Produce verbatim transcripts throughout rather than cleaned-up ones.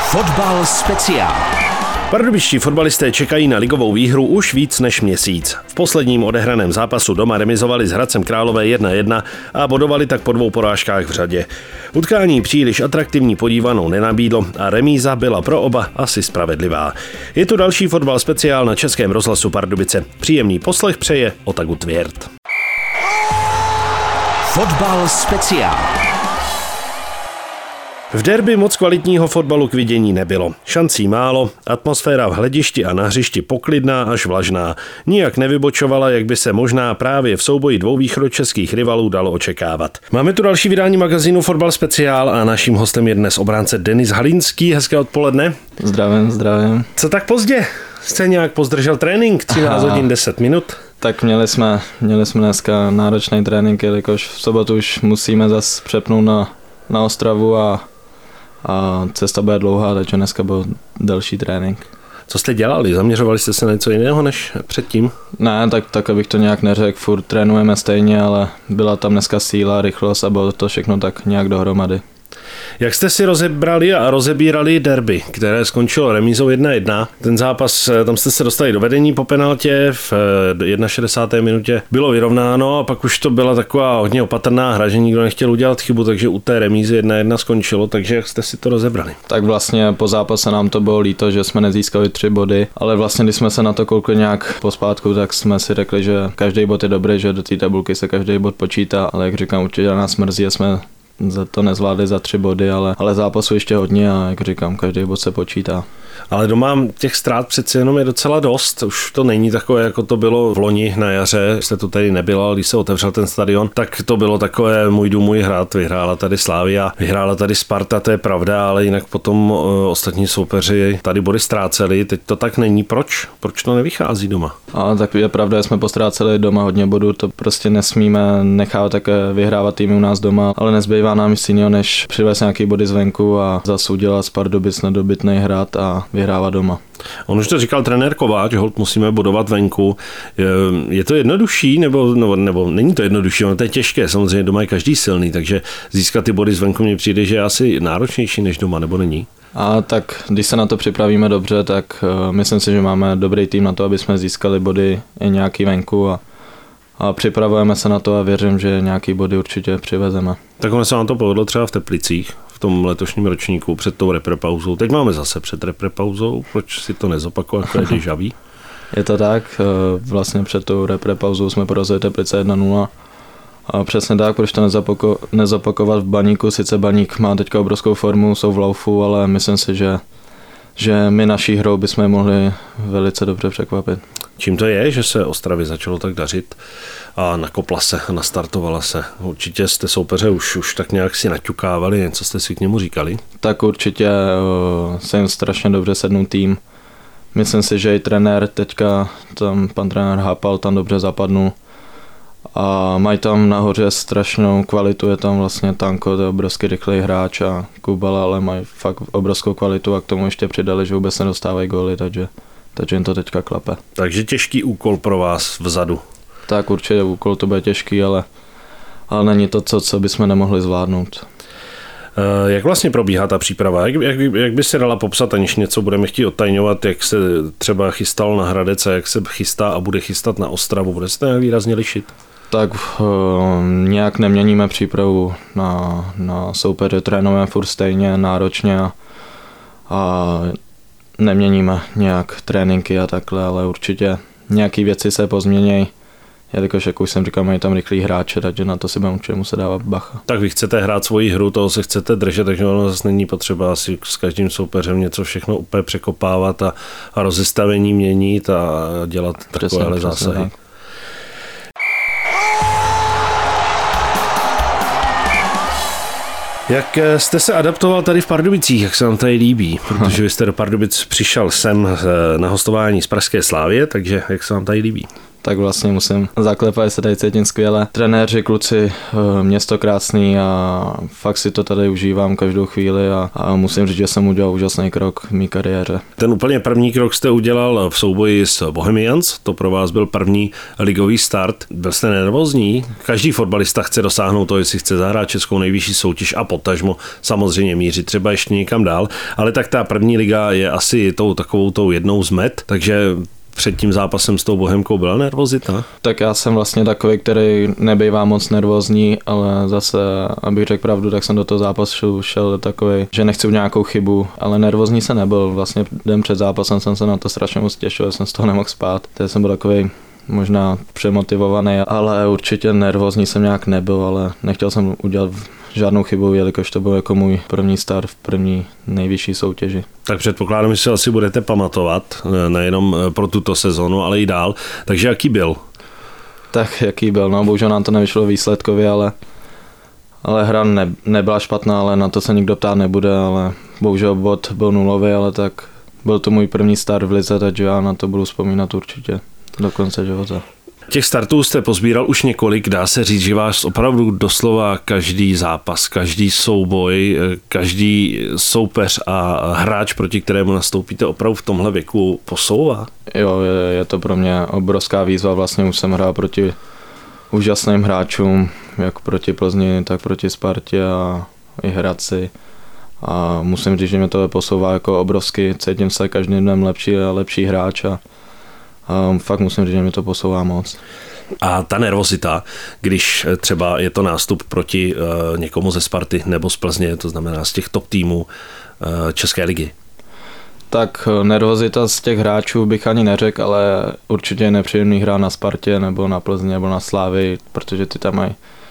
Fotbal speciál. Pardubičtí fotbalisté čekají na ligovou výhru už víc než měsíc. V posledním odehraném zápasu doma remizovali s Hradcem Králové jedna jedna a bodovali tak po dvou porážkách v řadě. Utkání příliš atraktivní podívanou nenabídlo a remíza byla pro oba asi spravedlivá. Je tu další fotbal speciál na Českém rozhlasu Pardubice. Příjemný poslech přeje Otagu Tvěrt. Fotbal speciál. V derby moc kvalitního fotbalu k vidění nebylo. Šancí málo, atmosféra v hledišti a na hřišti poklidná až vlažná. Nijak nevybočovala, jak by se možná právě v souboji dvou východočeských rivalů dalo očekávat. Máme tu další vydání magazínu Fotbal speciál a naším hostem je dnes obránce Denis Halinský. Hezké odpoledne. Zdravím, zdravím. Co tak pozdě? Jste nějak pozdržel trénink? třináct hodin deset minut? Tak měli jsme, měli jsme dneska náročný trénink, jelikož v sobotu už musíme zase přepnout na, na Ostravu a a cesta bude dlouhá, takže dneska byl delší trénink. Co jste dělali? Zaměřovali jste se na něco jiného než předtím? Ne, tak, tak abych to nějak neřekl, furt trénujeme stejně, ale byla tam dneska síla, rychlost a bylo to všechno tak nějak dohromady. Jak jste si rozebrali a rozebírali derby, které skončilo remízou jedna jedna? Ten zápas, tam jste se dostali do vedení po penaltě, v šedesáté první minutě bylo vyrovnáno a pak už to byla taková hodně opatrná hra, že nikdo nechtěl udělat chybu, takže u té remízy jedna jedna skončilo, takže jak jste si to rozebrali? Tak vlastně po zápase nám to bylo líto, že jsme nezískali tři body, ale vlastně když jsme se na to koukli nějak pospátku, tak jsme si řekli, že každý bod je dobrý, že do té tabulky se každý bod počítá, ale jak říkám, určitě nás mrzí, že jsme za to nezvládli za tři body, ale, ale zápasu ještě hodně a jak říkám, každý bod se počítá. Ale doma těch ztrát přeci jenom je docela dost. Už to není takové, jako to bylo v loni na jaře. Jste tu tady nebyla, když se otevřel ten stadion, tak to bylo takové můj dům, můj hrad. Vyhrála tady Slavia, vyhrála tady Sparta, to je pravda, ale jinak potom ostatní soupeři tady body ztráceli. Teď to tak není. Proč? Proč to nevychází doma? A tak je pravda, že jsme postráceli doma hodně bodů, to prostě nesmíme nechávat také vyhrávat týmy u nás doma, ale nezbývá nám nic jiného, než přivést nějaký body zvenku a zase udělat z Pardubic nedobytný hrad a vyhrává doma. On už to říkal trenér Kováč, holt musíme bodovat venku. Je to jednodušší, nebo, nebo, nebo není to jednodušší, ono to je těžké, samozřejmě doma je každý silný, takže získat ty body zvenku mně přijde, že je asi náročnější než doma, nebo není? A tak když se na to připravíme dobře, tak uh, myslím si, že máme dobrý tým na to, aby jsme získali body i nějaký venku a A připravujeme se na to a věřím, že nějaký body určitě přivezeme. Tak ono se vám to povedlo třeba v Teplicích v tom letošním ročníku před tou reprepauzou. Teď máme zase před reprepauzou, proč si to nezopakovat, jako je déjà vu? Je to tak, vlastně před tou reprepauzou jsme porazili Teplice jedna nula. A přesně tak, proč to nezapako- nezopakovat v Baníku, sice Baník má teďka obrovskou formu, jsou v laufu, ale myslím si, že, že my naší hrou bychom je mohli velice dobře překvapit. Čím to je, že se Ostravě začalo tak dařit a nakopla se a nastartovala se? Určitě jste soupeře už, už tak nějak si naťukávali, něco jste si k němu říkali? Tak určitě uh, se jim strašně dobře sednul tým. Myslím si, že i trenér teďka, tam pan trenér Hápal tam dobře zapadnul a mají tam nahoře strašnou kvalitu, je tam vlastně Tanko, to je obrovský rychlej hráč a Kubala, ale mají fakt obrovskou kvalitu a k tomu ještě přidali, že vůbec nedostávají góly, takže takže jim to teďka klape. Takže těžký úkol pro vás vzadu. Tak určitě úkol to bude těžký, ale, ale není to co, co bychom nemohli zvládnout. Jak vlastně probíhá ta příprava? Jak, jak, jak by se dala popsat, aniž něco budeme chtít odtajňovat, jak se třeba chystal na Hradec a jak se chystá a bude chystat na Ostravu? Bude se to nějak výrazně lišit? Tak uh, nějak neměníme přípravu na, na soupeře, trénujeme furt stejně, náročně a, a neměníme nějak tréninky a takhle, ale určitě nějaký věci se pozměnějí, jelikož, jak už jsem říkal, mají tam rychlý hráče, takže na to si budeme určitě muset dávat bacha. Tak vy chcete hrát svoji hru, toho se chcete držet, takže ono zase není potřeba asi s každým soupeřem něco všechno úplně překopávat a, a rozestavení měnit a dělat takovéhle zásahy. Tak. Jak jste se adaptoval tady v Pardubicích, jak se vám tady líbí? Protože vy jste do Pardubic přišel sem na hostování z pražské Slávie, takže jak se vám tady líbí? tak vlastně musím zaklepat, že se tady cítím skvěle. Trenéři, kluci, město krásný a fakt si to tady užívám každou chvíli a, a musím říct, že jsem udělal úžasný krok v mý kariéře. Ten úplně první krok jste udělal v souboji s Bohemians, to pro vás byl první ligový start. Byl jste nervózní? Každý fotbalista chce dosáhnout toho, jestli chce zahrát českou nejvyšší soutěž a potažmo samozřejmě mířit třeba ještě někam dál, ale tak ta první liga je asi tou takovou tou jednou z met, takže před tím zápasem s tou Bohemkou byla nervozita? Tak já jsem vlastně takový, který nebývá moc nervózní, ale zase, abych řekl pravdu, tak jsem do toho zápasu šel takový, že nechci nějakou chybu, ale nervózní se nebyl. Vlastně den před zápasem jsem se na to strašně moc těšil, jsem z toho nemohl spát. Takže jsem byl takový možná přemotivovaný, ale určitě nervózní jsem nějak nebyl, ale nechtěl jsem udělat žádnou chybu, jelikož to byl jako můj první start v první nejvyšší soutěži. Tak předpokládám, že si asi budete pamatovat, nejenom pro tuto sezonu, ale i dál. Takže jaký byl? Tak jaký byl, no bohužel nám to nevyšlo výsledkově, ale, ale hra ne, nebyla špatná, ale na to se nikdo ptát nebude, ale bohužel bod byl nulový, ale tak byl to můj první start v lize, takže já na to budu vzpomínat určitě do konce života. Těch startů jste pozbíral už několik, dá se říct, že vás opravdu doslova každý zápas, každý souboj, každý soupeř a hráč, proti kterému nastoupíte, opravdu v tomhle věku posouvá? Jo, je, je to pro mě obrovská výzva, vlastně už jsem hrál proti úžasným hráčům, jak proti Plzni, tak proti Spartě a i Hradci. A musím říct, že mě to posouvá jako obrovsky, cítím se každým dnem lepší a lepší hráč a Um, fakt musím říct, že mi to posouvá moc. A ta nervozita, když třeba je to nástup proti uh, někomu ze Sparty nebo z Plzně, to znamená z těch top týmů uh, České ligy? Tak nervozita z těch hráčů bych ani neřekl, ale určitě je nepříjemný hrát na Spartě nebo na Plzni nebo na Slávii, protože ty tam mají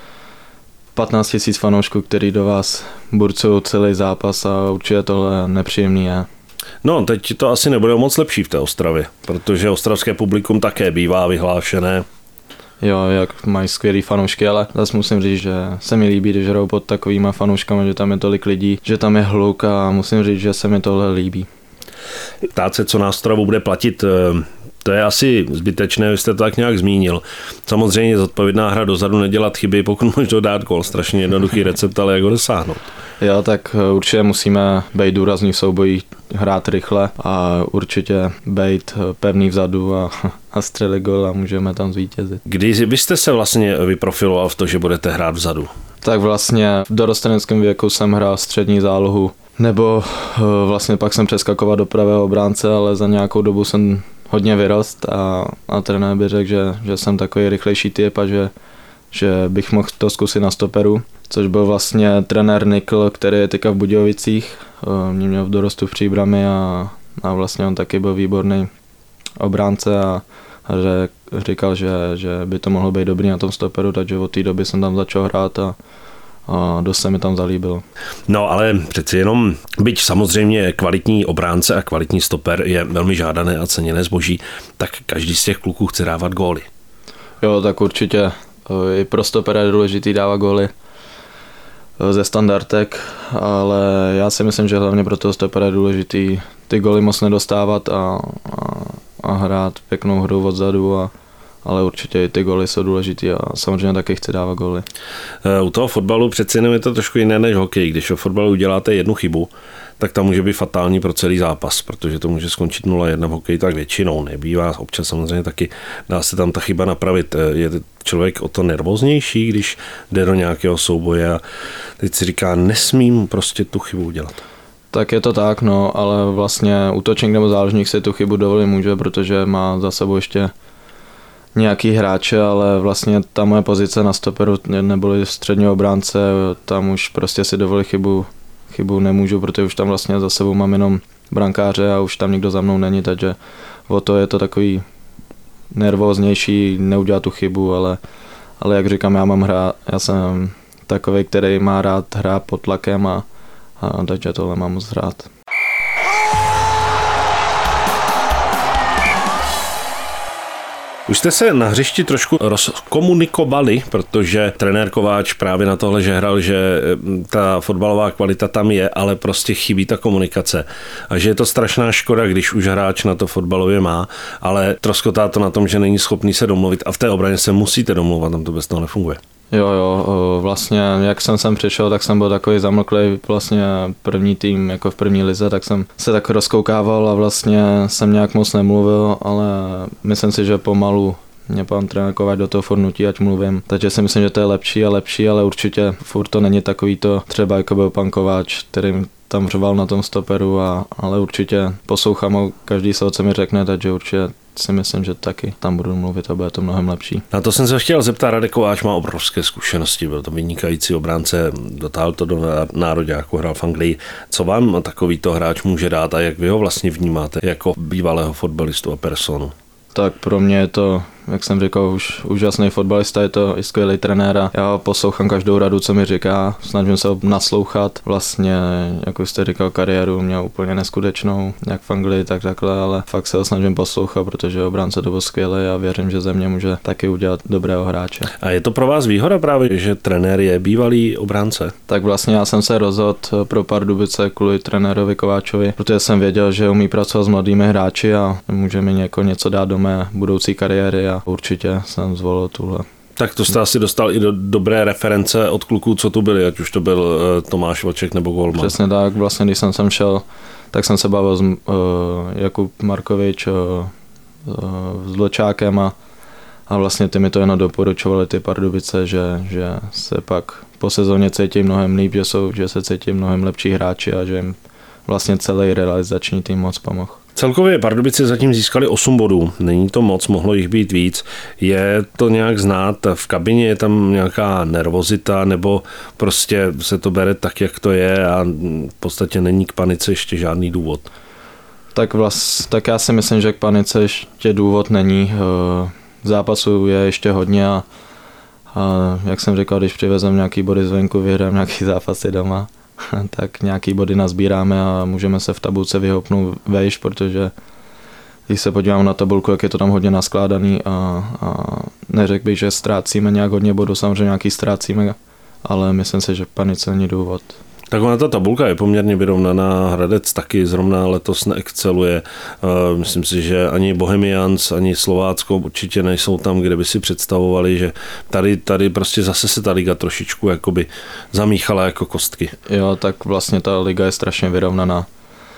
patnáct tisíc fanoušků, který do vás burcují celý zápas a určitě tohle nepříjemný je. No, teď to asi nebude moc lepší v té Ostravě, protože ostravské publikum také bývá vyhlášené. Jo, jak mají skvělý fanoušky, ale zase musím říct, že se mi líbí, když hrajou pod takovýma fanouškami, že tam je tolik lidí, že tam je hluk a musím říct, že se mi tohle líbí. Ptát se, co na Ostravu bude platit, to je asi zbytečné, vy jste to tak nějak zmínil. Samozřejmě zodpovědná hra dozadu, nedělat chyby, pokud možno dát gól, strašně jednoduchý recept, ale jak ho dosáhnout. Jo, tak určitě musíme být důrazní v soubojích, hrát rychle a určitě být pevný vzadu a, a střelit gól a můžeme tam zvítězit. Kdy byste se vlastně vyprofiloval v to, že budete hrát vzadu? Tak vlastně v dorosteneckém věku jsem hrál střední zálohu, nebo vlastně pak jsem přeskakoval do pravého obránce, ale za nějakou dobu jsem hodně vyrost a, a trenér by řekl, že, že jsem takový rychlejší typ a že, že bych mohl to zkusit na stoperu, což byl vlastně trenér Nikl, který je teďka v Budějovicích, mě měl v dorostu v Příbrami a, a vlastně on taky byl výborný obránce a, a řek, říkal, že, že by to mohlo být dobrý na tom stoperu, takže od té doby jsem tam začal hrát a a dost se mi tam zalíbilo. No ale přeci jenom, byť samozřejmě kvalitní obránce a kvalitní stoper je velmi žádané a ceněné zboží, tak každý z těch kluků chce dávat góly. Jo, tak určitě. I pro stopera je důležitý dávat góly ze standardek, ale já si myslím, že hlavně pro toho stopera je důležitý ty góly moc nedostávat a, a, a hrát pěknou hru odzadu a ale určitě i ty góly jsou důležitý a samozřejmě taky chci dávat góly. U toho fotbalu přeci jenom je to trošku jiné než hokej. Když o fotbalu uděláte jednu chybu, tak tam může být fatální pro celý zápas, protože to může skončit nula jedna v hokeji, tak většinou nebývá. Občas samozřejmě taky dá se tam ta chyba napravit. Je člověk o to nervóznější, když jde do nějakého souboje a teď si říká, nesmím prostě tu chybu udělat. Tak je to tak, no, ale vlastně útočník nebo záložník si tu chybu dovolit může, protože má za sebou ještě nějaký hráče, ale vlastně ta moje pozice na stoperu neboli středního obránce, tam už prostě si dovolit chybu, chybu nemůžu, protože už tam vlastně za sebou mám jenom brankáře a už tam nikdo za mnou není, takže o to je to takový nervóznější, neudělat tu chybu, ale, ale jak říkám, já mám hrát, já jsem takovej, který má rád hrát pod tlakem a, a takže tohle mám moc rád. Už jste se na hřišti trošku rozkomunikovali, protože trenér Kováč právě na tohle žehral, že ta fotbalová kvalita tam je, ale prostě chybí ta komunikace. A že je to strašná škoda, když už hráč na to fotbalově má, ale troskotá to na tom, že není schopný se domluvit a v té obraně se musíte domluvat, tam to bez toho nefunguje. Jo, jo, vlastně jak jsem sem přišel, tak jsem byl takový zamlklý, vlastně první tým, jako v první lize, tak jsem se tak rozkoukával a vlastně jsem nějak moc nemluvil, ale myslím si, že pomalu mě pan trenér Kováč do toho furt nutí, ať mluvím. Takže si myslím, že to je lepší a lepší, ale určitě furt to není takový to, třeba jako byl pan Kováč, který tam řval na tom stoperu, a, ale určitě poslouchám ho každý slovo, co mi řekne, takže určitě si myslím, že taky tam budu mluvit a bude to mnohem lepší. Na to jsem se chtěl zeptat, Radek Kováč má obrovské zkušenosti, byl to vynikající obránce, dotáhl to do nároďáku, hrál v Anglii. Co vám takovýto hráč může dát a jak vy ho vlastně vnímáte jako bývalého fotbalistu a personu? Tak pro mě je to, jak jsem říkal, už úžasný fotbalista, je to i skvělý trenér a já poslouchám každou radu, co mi říká, snažím se ho naslouchat. Vlastně, jak už jste říkal, kariéru měl úplně neskutečnou, jak v Anglii, tak takhle, ale fakt se ho snažím poslouchat, protože obránce to byl skvělý a věřím, že ze mě může taky udělat dobrého hráče. A je to pro vás výhoda právě, že trenér je bývalý obránce? Tak vlastně já jsem se rozhodl pro Pardubice kvůli trenérovi Kováčovi, protože jsem věděl, že umí pracovat s mladými hráči a může mi něko něco dát do mé budoucí kariéry a určitě jsem zvolil tuhle. Tak to jste asi dostal i do dobré reference od kluků, co tu byli, ať už to byl Tomáš Vlček nebo Golman. Přesně tak, vlastně když jsem sem šel, tak jsem se bavil s uh, Jakub Markovič, uh, uh, s Vlčákem a, a vlastně ty mi to jenom doporučovali, ty Pardubice, že, že se pak po sezóně cítí mnohem líp, že, jsou, že se cítí mnohem lepší hráči a že jim vlastně celý realizační tým moc pomohl. Celkově Pardubice zatím získali osm bodů, není to moc, mohlo jich být víc. Je to nějak znát, v kabině je tam nějaká nervozita nebo prostě se to bere tak, jak to je a v podstatě není k panice ještě žádný důvod? Tak, vlast, tak já si myslím, že k panice ještě důvod není. Zápasů je ještě hodně a, a jak jsem říkal, když přivezem nějaký body zvenku, vyhrám nějaký zápasy doma, tak nějaký body nazbíráme a můžeme se v tabulce vyhoupnout vejš, protože když se podívám na tabulku, jak je to tam hodně naskládaný a, a neřekl bych, že ztrácíme nějak hodně bodů, samozřejmě nějaký ztrácíme, ale myslím si, že panice není důvod. Tak ona ta tabulka je poměrně vyrovnaná, Hradec taky zrovna letos neexceluje. Myslím si, že ani Bohemians, ani Slovácko určitě nejsou tam, kde by si představovali, že tady, tady prostě zase se ta liga trošičku jakoby zamíchala jako kostky. Jo, tak vlastně ta liga je strašně vyrovnaná.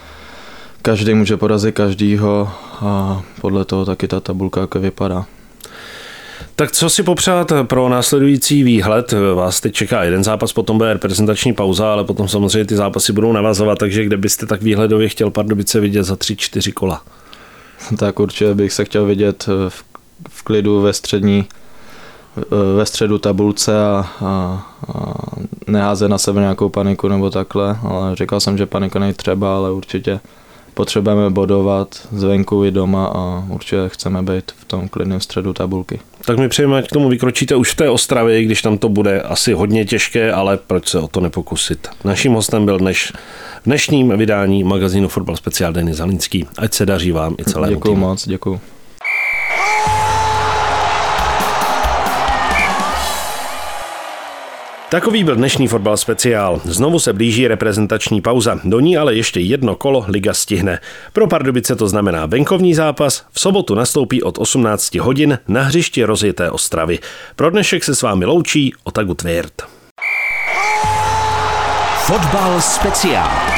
Každý může porazit každýho a podle toho taky ta tabulka jako vypadá. Tak co si popřát pro následující výhled? Vás teď čeká jeden zápas, potom bude reprezentační pauza, ale potom samozřejmě ty zápasy budou navazovat, takže kde byste tak výhledově chtěl Pardubice vidět za tři, čtyři kola? Tak určitě bych se chtěl vidět v, v klidu ve střední, ve středu tabulce a, a, a neházet na sebe nějakou paniku nebo takhle, ale říkal jsem, že panika není třeba, ale určitě potřebujeme bodovat zvenku i doma a určitě chceme být v tom klidném středu tabulky. Tak mi přejeme, ať k tomu vykročíte už v té Ostravě, když tam to bude asi hodně těžké, ale proč se o to nepokusit. Naším hostem byl dneš, v dnešním vydání magazínu Fotbal Speciál Denis Zalinský. Ať se daří vám i celému Děkuju týmu. moc, děkuju. Takový byl dnešní Fotbal Speciál. Znovu se blíží reprezentační pauza. Do ní ale ještě jedno kolo liga stihne. Pro Pardubice to znamená venkovní zápas. V sobotu nastoupí od osmnáct hodin na hřišti rozjeté Ostravy. Pro dnešek se s vámi loučí Otagu Tvěrt. Fotbal Speciál.